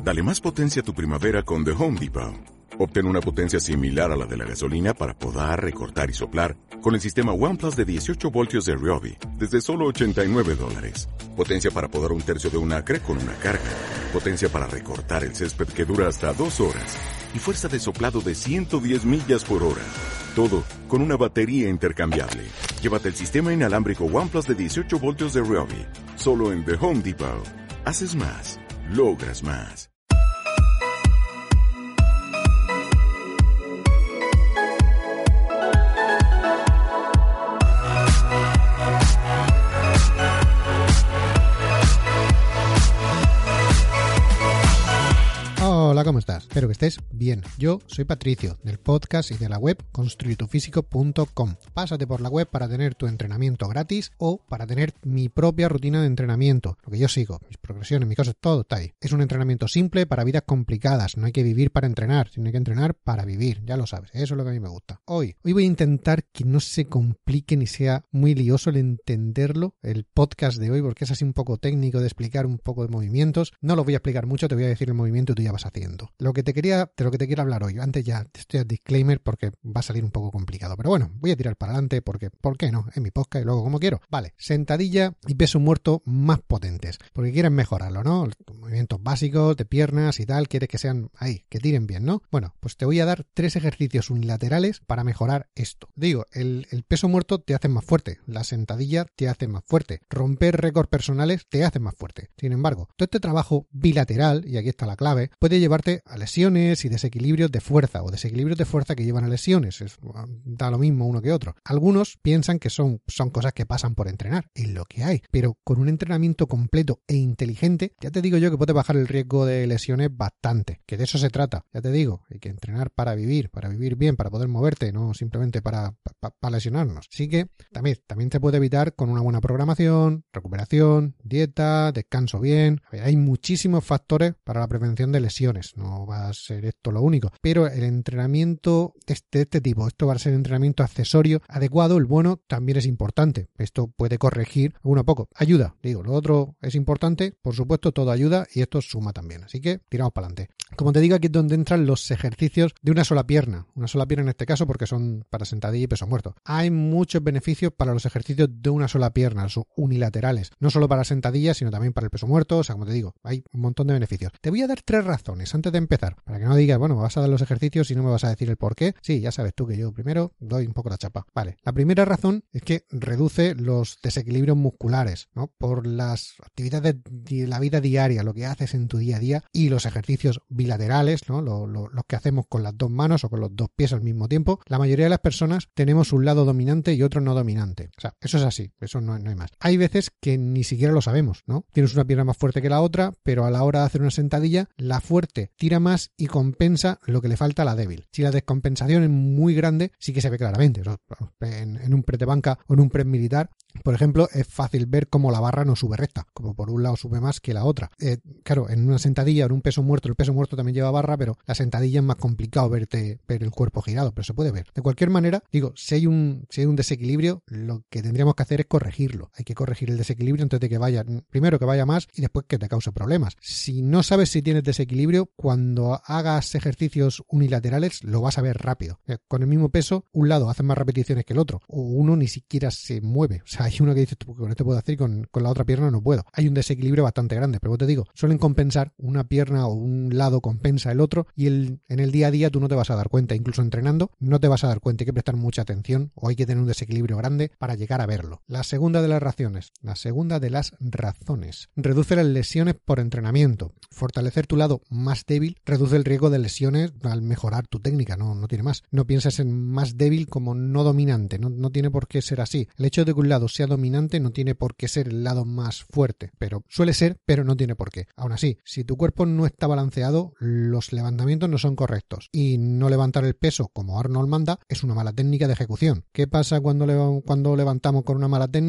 Dale más potencia a tu primavera con The Home Depot. Obtén una potencia similar a la de la gasolina para podar, recortar y soplar con el sistema OnePlus de 18 voltios de Ryobi desde solo $89. Potencia para podar un tercio de un acre con una carga. Potencia para recortar el césped que dura hasta 2 horas. Y fuerza de soplado de 110 millas por hora. Todo con una batería intercambiable. Llévate el sistema inalámbrico OnePlus de 18 voltios de Ryobi. Solo en The Home Depot. Haces más. Logras más. Hola, ¿cómo estás? Espero que estés bien. Yo soy Patricio, del podcast y de la web construyetufísico.com. Pásate por la web para tener tu entrenamiento gratis o para tener mi propia rutina de entrenamiento. Lo que yo sigo, mis progresiones, mis cosas, todo está ahí. Es un entrenamiento simple para vidas complicadas. No hay que vivir para entrenar, sino hay que entrenar para vivir. Ya lo sabes, eso es lo que a mí me gusta. Hoy voy a intentar que no se complique ni sea muy lioso el entenderlo, el podcast de hoy, porque es así un poco técnico de explicar un poco de movimientos. No lo voy a explicar mucho, te voy a decir el movimiento y tú ya vas haciendo. De lo que te quiero hablar hoy, antes ya te estoy a disclaimer porque va a salir un poco complicado, pero bueno, voy a tirar para adelante porque, ¿por qué no? En mi podcast y luego como quiero. Vale, sentadilla y peso muerto más potentes, porque quieres mejorarlo, ¿no? Los movimientos básicos de piernas y tal, quieres que sean ahí, que tiren bien, ¿no? Bueno, pues te voy a dar 3 ejercicios unilaterales para mejorar esto. Digo, el peso muerto te hace más fuerte, la sentadilla te hace más fuerte, romper récords personales te hace más fuerte. Sin embargo, todo este trabajo bilateral, y aquí está la clave, puede llevarte a lesiones y desequilibrios de fuerza o desequilibrios de fuerza que llevan a lesiones. Da lo mismo uno que otro. Algunos piensan que son cosas que pasan por entrenar, es lo que hay, pero con un entrenamiento completo e inteligente, ya te digo yo que puede bajar el riesgo de lesiones bastante, que de eso se trata. Ya te digo, hay que entrenar para vivir bien, para poder moverte, no simplemente para lesionarnos. Así que también te puede evitar con una buena programación, recuperación, dieta, descanso bien. A ver, hay muchísimos factores para la prevención de lesiones. No va a ser esto lo único, pero el entrenamiento de este tipo, esto va a ser entrenamiento accesorio adecuado, el bueno también es importante. Esto puede corregir uno poco. Ayuda, digo, lo otro es importante, por supuesto todo ayuda y esto suma también, así que tiramos para adelante. Como te digo, aquí es donde entran los ejercicios de una sola pierna en este caso porque son para sentadilla y peso muerto. Hay muchos beneficios para los ejercicios de una sola pierna, los unilaterales, no solo para sentadillas sino también para el peso muerto, o sea, como te digo, hay un montón de beneficios. Te voy a dar 3 razones antes de empezar, para que no digas, bueno, me vas a dar los ejercicios y no me vas a decir el por qué. Sí, ya sabes tú que yo primero doy un poco la chapa. Vale, la primera razón es que reduce los desequilibrios musculares, ¿no? Por las actividades de la vida diaria, lo que haces en tu día a día y los ejercicios bilaterales, ¿no? Los que hacemos con las 2 manos o con los 2 pies al mismo tiempo. La mayoría de las personas tenemos un lado dominante y otro no dominante. O sea, eso es así, eso no hay más. Hay veces que ni siquiera lo sabemos, ¿no? Tienes una pierna más fuerte que la otra, pero a la hora de hacer una sentadilla, la fuerte tira más y compensa lo que le falta a la débil. Si la descompensación es muy grande, sí que se ve claramente. O sea, en un press de banca o en un press militar, por ejemplo, es fácil ver cómo la barra no sube recta, como por un lado sube más que la otra. Claro, en una sentadilla o en un peso muerto, el peso muerto también lleva barra, pero la sentadilla es más complicado ver el cuerpo girado, pero se puede ver. De cualquier manera, digo, si hay un desequilibrio, lo que tendríamos que hacer es corregirlo. Hay que corregir el desequilibrio antes de que vaya, primero que vaya más y después que te cause problemas. Si no sabes si tienes desequilibrio, cuando hagas ejercicios unilaterales lo vas a ver rápido. Con el mismo peso, un lado hace más repeticiones que el otro, o uno ni siquiera se mueve. O sea, hay uno que dice, con esto puedo hacer y con la otra pierna no puedo. Hay un desequilibrio bastante grande, pero te digo, suelen compensar, una pierna o un lado compensa el otro y en el día a día tú no te vas a dar cuenta, incluso entrenando no te vas a dar cuenta, hay que prestar mucha atención o hay que tener un desequilibrio grande para llegar a verlo. La segunda de las razones, reduce las lesiones por entrenamiento. Fortalecer tu lado más débil reduce el riesgo de lesiones al mejorar tu técnica, no tiene más. No pienses en más débil como no dominante, no tiene por qué ser así. El hecho de que un lado sea dominante no tiene por qué ser el lado más fuerte, pero suele ser, pero no tiene por qué. Aún así, si tu cuerpo no está balanceado, los levantamientos no son correctos y no levantar el peso como Arnold manda es una mala técnica de ejecución. ¿Qué pasa cuando levantamos con una mala técnica?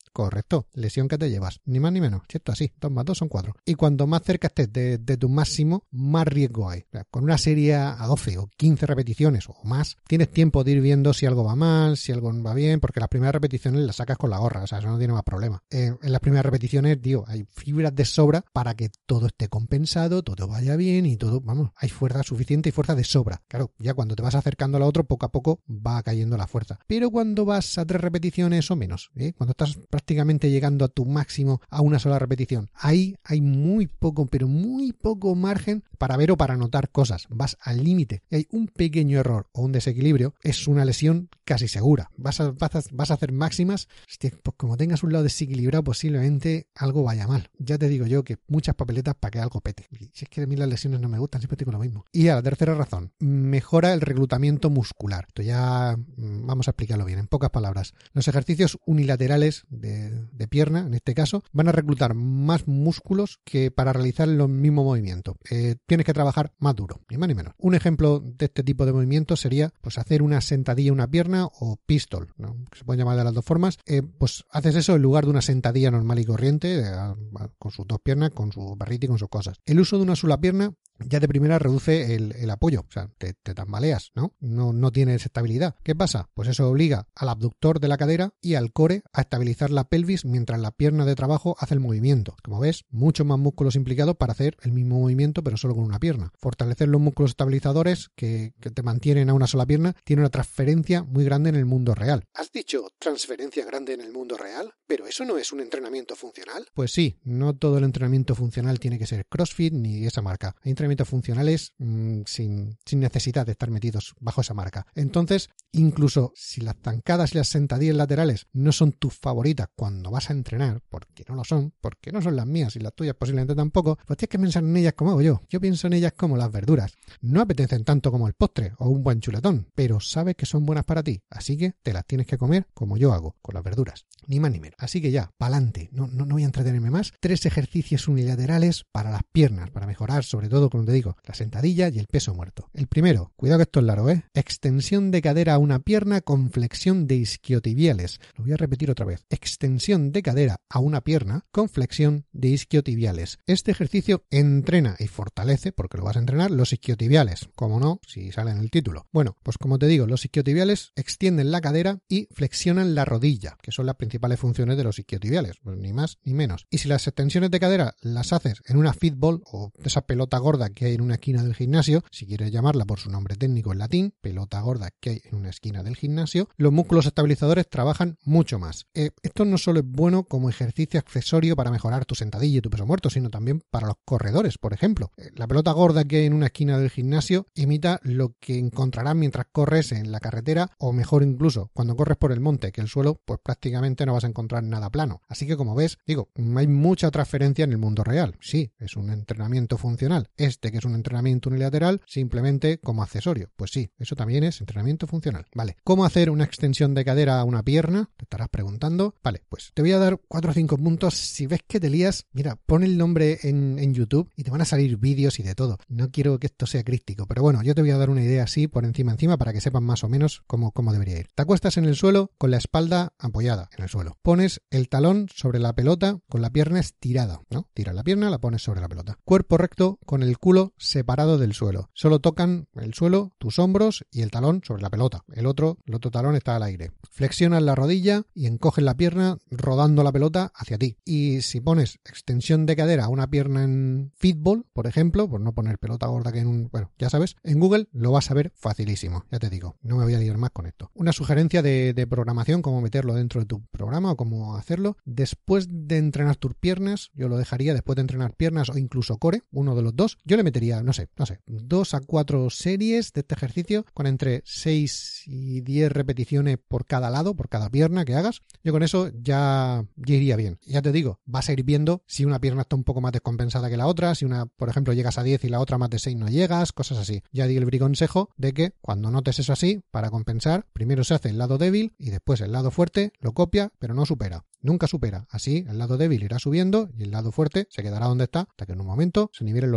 Correcto, lesión que te llevas, ni más ni menos, ¿cierto? Así, 2 más 2 son 4. Y cuanto más cerca estés de tu máximo, más riesgo hay. O sea, con una serie a 12 o 15 repeticiones o más, tienes tiempo de ir viendo si algo va mal, si algo va bien, porque las primeras repeticiones las sacas con la gorra, o sea, eso no tiene más problema. En las primeras repeticiones, digo, hay fibras de sobra para que todo esté compensado, todo vaya bien y todo, vamos, hay fuerza suficiente y fuerza de sobra. Claro, ya cuando te vas acercando al otro, poco a poco va cayendo la fuerza. Pero cuando vas a 3 repeticiones o menos, cuando estás prácticamente llegando a tu máximo a una sola repetición, ahí hay muy poco, pero muy poco margen para ver o para notar cosas. Vas al límite y hay un pequeño error o un desequilibrio, es una lesión casi segura. Vas a hacer máximas, hostia, pues como tengas un lado desequilibrado, posiblemente algo vaya mal. Ya te digo yo que muchas papeletas para que algo pete. Y si es que a mí las lesiones no me gustan, siempre digo lo mismo. Y a la tercera razón, mejora el reclutamiento muscular. Esto ya vamos a explicarlo bien, en pocas palabras. Los ejercicios unilaterales de pierna, en este caso, van a reclutar más músculos que para realizar los mismos movimientos. Tienes que trabajar más duro, ni más ni menos. Un ejemplo de este tipo de movimientos sería pues hacer una sentadilla una pierna o pistol, ¿no? Que se pueden llamar de las dos formas. Pues haces eso en lugar de una sentadilla normal y corriente, con sus dos piernas, con su barrita y con sus cosas. El uso de una sola pierna ya de primera reduce el apoyo, o sea, te tambaleas, ¿no? No tienes estabilidad. ¿Qué pasa? Pues eso obliga al abductor de la cadera y al core a estabilizar la pelvis mientras la pierna de trabajo hace el movimiento. Como ves, muchos más músculos implicados para hacer el mismo movimiento, pero solo con una pierna. Fortalecer los músculos estabilizadores que te mantienen a una sola pierna tiene una transferencia muy grande en el mundo real. ¿Has dicho transferencia grande en el mundo real? ¿Pero eso no es un entrenamiento funcional? Pues sí, no todo el entrenamiento funcional tiene que ser CrossFit ni esa marca. Hay entrenamientos funcionales sin necesidad de estar metidos bajo esa marca. Entonces, incluso si las zancadas y las sentadillas laterales no son tus favoritas cuando vas a entrenar, porque no lo son, porque no son las mías y las tuyas posiblemente tampoco, pues tienes que pensar en ellas como hago yo. Yo pienso en ellas como las verduras. No apetecen tanto como el postre o un buen chuletón, pero sabes que son buenas para ti, así que te las tienes que comer como yo hago, con las verduras. Ni más ni menos. Así que ya, pa'lante. No voy a entretenerme más. 3 ejercicios unilaterales para las piernas, para mejorar, sobre todo, como te digo, la sentadilla y el peso muerto. El primero, cuidado que esto es largo, extensión de cadera a una pierna con flexión de isquiotibiales. Lo voy a repetir otra vez. Extensión de cadera a una pierna con flexión de isquiotibiales. Este ejercicio entrena y fortalece, porque lo vas a entrenar, los isquiotibiales. Como no, si sale en el título. Bueno, pues como te digo, los isquiotibiales extienden la cadera y flexionan la rodilla, que son las principales funciones de los isquiotibiales, pues ni más ni menos. Y si las extensiones de cadera las haces en una fitball o esa pelota gorda que hay en una esquina del gimnasio, si quieres llamarla por su nombre técnico en latín, pelota gorda que hay en una esquina del gimnasio, los músculos estabilizadores trabajan mucho más. Esto no solo es bueno como ejercicio accesorio para mejorar tu sentadilla y tu peso muerto, sino también para los corredores, por ejemplo. La pelota gorda que hay en una esquina del gimnasio imita lo que encontrarás mientras corres en la carretera, o mejor incluso cuando corres por el monte, que el suelo pues prácticamente no vas a encontrar nada plano. Así que como ves, digo, hay mucha transferencia en el mundo real. Sí, es un entrenamiento funcional. Que es un entrenamiento unilateral, simplemente como accesorio. Pues sí, eso también es entrenamiento funcional. Vale, ¿cómo hacer una extensión de cadera a una pierna? Te estarás preguntando. Vale, pues te voy a dar 4 o 5 puntos. Si ves que te lías, mira, pon el nombre en YouTube y te van a salir vídeos y de todo. No quiero que esto sea crítico, pero bueno, yo te voy a dar una idea así por encima para que sepas más o menos cómo debería ir. Te acuestas en el suelo con la espalda apoyada en el suelo. Pones el talón sobre la pelota con la pierna estirada, ¿no? Tiras la pierna, la pones sobre la pelota. Cuerpo recto con el culo separado del suelo. Solo tocan el suelo tus hombros y el talón sobre la pelota. El otro talón está al aire. Flexionas la rodilla y encoges la pierna rodando la pelota hacia ti. Y si pones extensión de cadera a una pierna en fitball, por ejemplo, por no poner pelota gorda que en un... Bueno, ya sabes, en Google lo vas a ver facilísimo. Ya te digo, no me voy a liar más con esto. Una sugerencia de programación, cómo meterlo dentro de tu programa o cómo hacerlo. Después de entrenar tus piernas, yo lo dejaría después de entrenar piernas o incluso core, uno de los dos, yo le metería, no sé, 2 a 4 series de este ejercicio con entre 6 y 10 repeticiones por cada lado, por cada pierna que hagas. Yo con eso ya iría bien. Ya te digo, vas a ir viendo si una pierna está un poco más descompensada que la otra, si una, por ejemplo, llegas a 10 y la otra más de 6 no llegas, cosas así. Ya di el briconsejo de que cuando notes eso así, para compensar, primero se hace el lado débil y después el lado fuerte lo copia, pero no supera. Nunca supera. Así, el lado débil irá subiendo y el lado fuerte se quedará donde está hasta que en un momento se nivelen los dos. Esto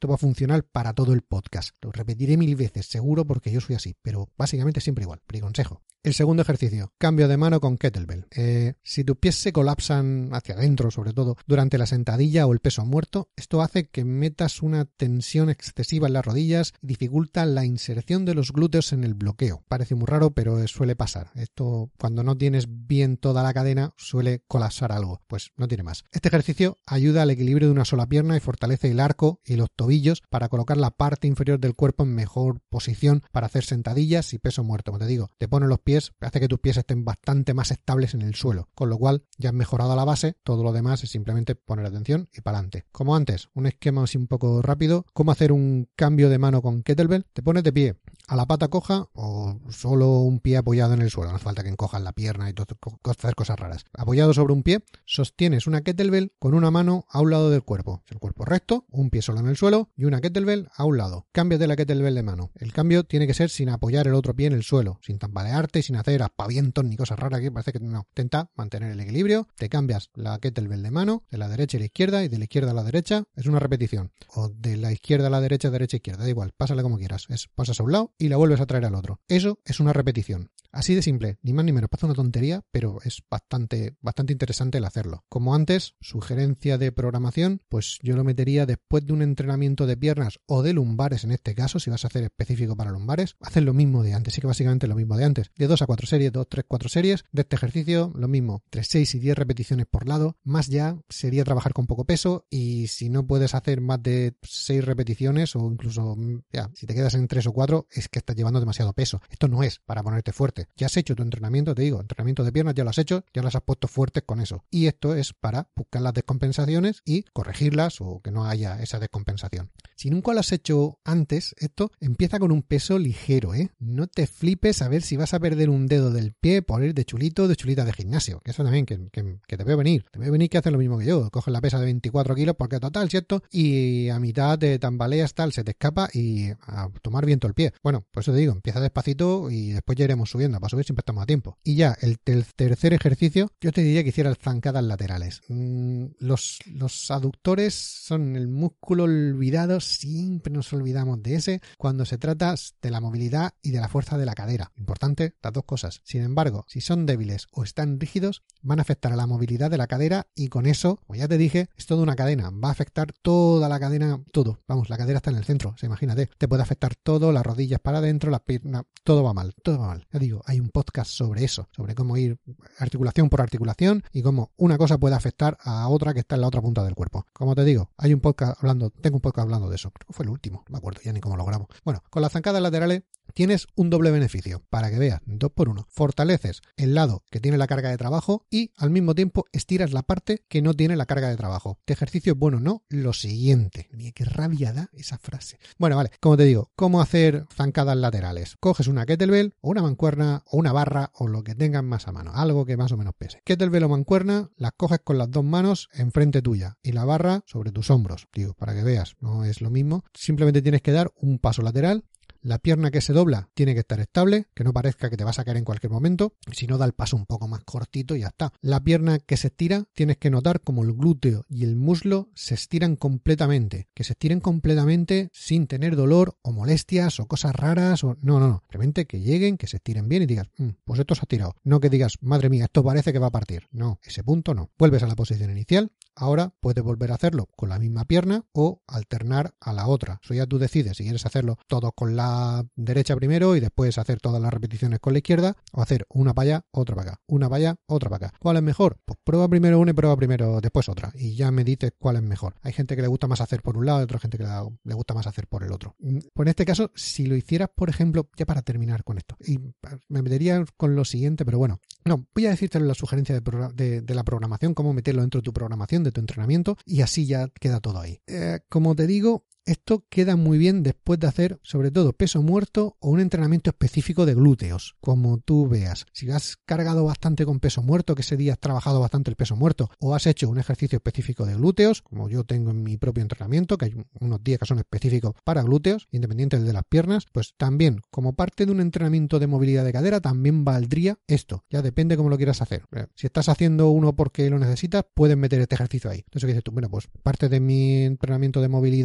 esto va a funcionar para todo el podcast. Lo repetiré 1000 veces, seguro, porque yo soy así, pero básicamente siempre igual. Consejo. El segundo ejercicio, cambio de mano con kettlebell. Si tus pies se colapsan hacia adentro, sobre todo durante la sentadilla o el peso muerto, esto hace que metas una tensión excesiva en las rodillas y dificulta la inserción de los glúteos en el bloqueo. Parece muy raro, pero suele pasar. Esto, cuando no tienes bien toda la cadena, suele colapsar algo. Pues no tiene más. Este ejercicio ayuda al equilibrio de una sola pierna y fortalece el arco y los tobillos para colocar la parte inferior del cuerpo en mejor posición para hacer sentadillas y peso muerto. Como te digo, te pone los pies, hace que tus pies estén bastante más estables en el suelo, con lo cual ya has mejorado la base, todo lo demás es simplemente poner atención y para adelante. Como antes, un esquema así un poco rápido, cómo hacer un cambio de mano con kettlebell. Te pones de pie a la pata coja o solo un pie apoyado en el suelo, no hace falta que encojas la pierna y hacer cosas raras. Apoyado sobre un pie, sostienes una kettlebell con una mano a un lado del cuerpo, el cuerpo recto, un pie solo en el suelo y una kettlebell a un lado. Cámbiate la kettlebell de mano. El cambio tiene que ser sin apoyar el otro pie en el suelo, sin tambalearte, sin hacer aspavientos ni cosas raras que parece que no. Intenta mantener el equilibrio, te cambias la kettlebell de mano, de la derecha a la izquierda y de la izquierda a la derecha, es una repetición. O de la izquierda a la derecha, derecha a izquierda, da igual, pásale como quieras. Pasas a un lado y la vuelves a traer al otro. Eso es una repetición. Así de simple, ni más ni menos. Pasa una tontería, pero es bastante interesante el hacerlo. Como antes, sugerencia de programación, pues yo lo metería después de un entrenamiento de piernas o de lumbares, en este caso, si vas a hacer específico para lumbares, haces lo mismo de antes, sí que básicamente lo mismo de antes. De 2 a 4 series, 2, 3, 4 series de este ejercicio, lo mismo, entre 6 y 10 repeticiones por lado, más ya sería trabajar con poco peso y si no puedes hacer más de 6 repeticiones o incluso, ya, si te quedas en 3 o 4, es que estás llevando demasiado peso. Esto no es para ponerte fuerte. Ya has hecho tu entrenamiento, te digo, entrenamiento de piernas ya lo has hecho, ya las has puesto fuertes con eso. Y esto es para buscar las descompensaciones y corregirlas o que no haya esa descompensación. Si nunca lo has hecho antes, esto empieza con un peso ligero, ¿eh? No te flipes a ver si vas a perder un dedo del pie por ir de chulito, de chulita de gimnasio. Que eso también, que te veo venir. Te veo venir que haces lo mismo que yo. Coges la pesa de 24 kilos porque total, ¿cierto? Y a mitad te tambaleas, tal, se te escapa y a tomar viento el pie. Bueno, por eso te digo, empieza despacito y después ya iremos subiendo. Para subir siempre estamos a tiempo. Y ya, el tercer ejercicio, yo te diría que hicieras zancadas laterales. Los aductores son el músculo olvidado, siempre nos olvidamos de ese cuando se trata de la movilidad y de la fuerza de la cadera. Importante, las dos cosas. Sin embargo, si son débiles o están rígidos, van a afectar a la movilidad de la cadera y con eso, como ya te dije, es toda una cadena. Va a afectar toda la cadena, todo. Vamos, la cadera está en el centro, o sea, imagínate. Te puede afectar todo, las rodillas para adentro, las piernas, todo va mal, todo va mal. Ya digo, hay un podcast sobre eso, sobre cómo ir articulación por articulación y cómo una cosa puede afectar a otra que está en la otra punta del cuerpo. Como te digo, hay un podcast tengo un podcast hablando de eso. Creo que fue el último, no me acuerdo ya ni cómo lo grabo. Bueno, con las zancadas laterales tienes un doble beneficio, para que veas, 2x1. Fortaleces el lado que tiene la carga de trabajo y al mismo tiempo estiras la parte que no tiene la carga de trabajo. Este ejercicio es bueno, no lo siguiente. Mira, qué rabia da esa frase. Bueno, vale, como te digo, ¿cómo hacer zancadas laterales? Coges una kettlebell o una mancuerna o una barra o lo que tengas más a mano, algo que más o menos pese. Kettlebell o mancuerna, las coges con las dos manos enfrente tuya y la barra sobre tus hombros. Digo, para que veas, no es lo mismo. Simplemente tienes que dar un paso lateral. La pierna que se dobla tiene que estar estable, que no parezca que te vas a caer en cualquier momento. Si no, da el paso un poco más cortito y ya está. La pierna que se estira, tienes que notar como el glúteo y el muslo se estiran completamente. Que se estiren completamente sin tener dolor o molestias o cosas raras. No. Simplemente que lleguen, que se estiren bien y digas, pues esto se ha tirado. No que digas, madre mía, esto parece que va a partir. No, ese punto no. Vuelves a la posición inicial. Ahora puedes volver a hacerlo con la misma pierna o alternar a la otra. Eso ya tú decides si quieres hacerlo todo con la derecha primero y después hacer todas las repeticiones con la izquierda o hacer una para allá, otra para acá, una para allá, otra para acá. ¿Cuál es mejor? Pues prueba primero una y prueba primero después otra y ya me dices cuál es mejor. Hay gente que le gusta más hacer por un lado y otra gente que le gusta más hacer por el otro. Pues en este caso, si lo hicieras, por ejemplo, ya para terminar con esto, y me metería con lo siguiente, pero bueno, no, voy a decirte la sugerencia de la programación, cómo meterlo dentro de tu programación, de tu entrenamiento y así ya queda todo ahí. Como te digo, esto queda muy bien después de hacer, sobre todo, peso muerto o un entrenamiento específico de glúteos, como tú veas. Si has cargado bastante con peso muerto, que ese día has trabajado bastante el peso muerto, o has hecho un ejercicio específico de glúteos, como yo tengo en mi propio entrenamiento, que hay unos días que son específicos para glúteos, independientes de las piernas, pues también, como parte de un entrenamiento de movilidad de cadera, también valdría esto. Ya depende cómo lo quieras hacer. Si estás haciendo uno porque lo necesitas, puedes meter este ejercicio ahí. Entonces, ¿qué dices tú? Bueno, pues parte de mi entrenamiento de movilidad,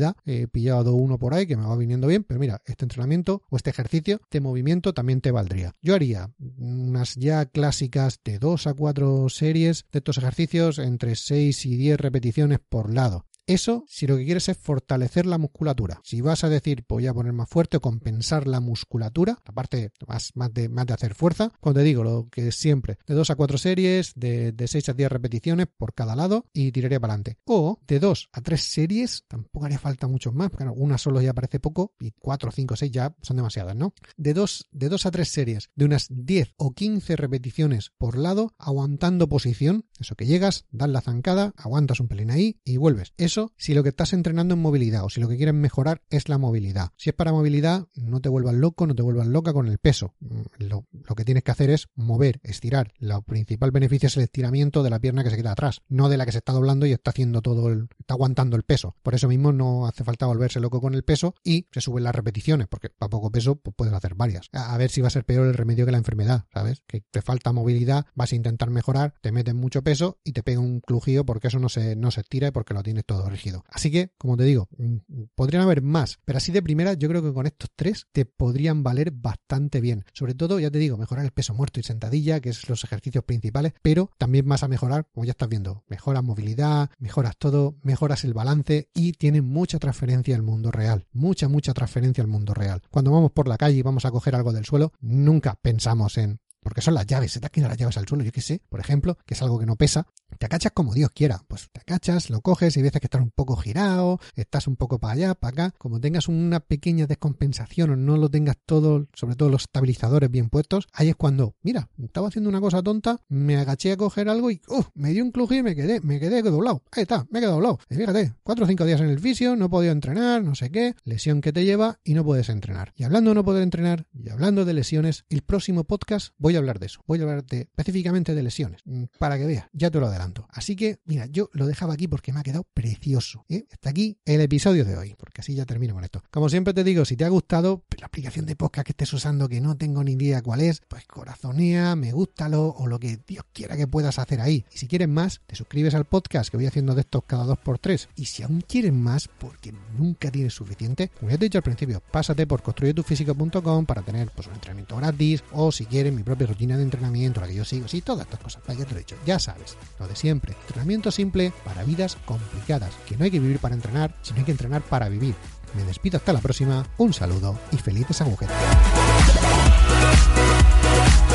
pillado uno por ahí que me va viniendo bien, pero mira, este entrenamiento o este ejercicio de movimiento también te valdría. Yo haría unas ya clásicas de 2 a 4 series de estos ejercicios entre 6 y 10 repeticiones por lado. Eso si lo que quieres es fortalecer la musculatura. Si vas a decir voy a poner más fuerte o compensar la musculatura, aparte más de hacer fuerza, cuando te digo lo que es siempre, de 2 a 4 series, de 6 a 10 repeticiones por cada lado y tiraría para adelante. O de 2 a 3 series, tampoco haría falta muchos más, porque una solo ya parece poco y 4, 5, 6 ya son demasiadas, ¿no? De 2 a 3 series, de unas 10 o 15 repeticiones por lado, aguantando posición, eso que llegas, das la zancada, aguantas un pelín ahí y vuelves. Eso si lo que estás entrenando en movilidad o si lo que quieres mejorar es la movilidad. Si es para movilidad, no te vuelvas loco, no te vuelvas loca con el peso. Lo que tienes que hacer es mover, estirar. Lo principal beneficio es el estiramiento de la pierna que se queda atrás, no de la que se está doblando y está haciendo está aguantando el peso. Por eso mismo no hace falta volverse loco con el peso y se suben las repeticiones, porque para poco peso pues puedes hacer varias. A ver si va a ser peor el remedio que la enfermedad, ¿sabes? Que te falta movilidad, vas a intentar mejorar, te metes mucho peso y te pega un crujido porque eso no se estira y porque lo tienes todo rígido. Así que, como te digo, podrían haber más, pero así de primera yo creo que con estos 3 te podrían valer bastante bien. Sobre todo, ya te digo, mejorar el peso muerto y sentadilla, que es los ejercicios principales, pero también vas a mejorar, como ya estás viendo, mejoras movilidad, mejoras todo, mejoras el balance y tienes mucha transferencia al mundo real. Mucha transferencia al mundo real. Cuando vamos por la calle y vamos a coger algo del suelo, nunca pensamos en porque son las llaves, se te han quedado las llaves al suelo, yo qué sé, por ejemplo, que es algo que no pesa, te agachas como Dios quiera, pues te agachas, lo coges y veces que estás un poco girado, estás un poco para allá, para acá, como tengas una pequeña descompensación o no lo tengas todo, sobre todo los estabilizadores bien puestos, ahí es cuando, mira, estaba haciendo una cosa tonta, me agaché a coger algo y me dio un crujido y me quedé doblado, ahí está, me he quedado doblado, y fíjate, 4 o 5 días en el fisio, no he podido entrenar, no sé qué, lesión que te lleva y no puedes entrenar. Y hablando de no poder entrenar y hablando de lesiones, el próximo podcast voy a hablar de eso. Voy a hablar específicamente de lesiones, para que veas, ya te lo adelanto. Así que, mira, yo lo dejaba aquí porque me ha quedado precioso. Hasta aquí el episodio de hoy, porque así ya termino con esto. Como siempre te digo, si te ha gustado la aplicación de podcast que estés usando, que no tengo ni idea cuál es, pues corazonea, me gústalo o lo que Dios quiera que puedas hacer ahí. Y si quieres más, te suscribes al podcast que voy haciendo de estos cada 2x3. Y si aún quieres más, porque nunca tienes suficiente, como ya te he dicho al principio, pásate por construyetufísico.com para tener pues un entrenamiento gratis o si quieres mi propia rutina de entrenamiento, la que yo sigo, sí, todas estas cosas, ya te lo he dicho, ya sabes, lo de siempre, entrenamiento simple para vidas complicadas, que no hay que vivir para entrenar, sino hay que entrenar para vivir. Me despido hasta la próxima, un saludo y felices agujetas.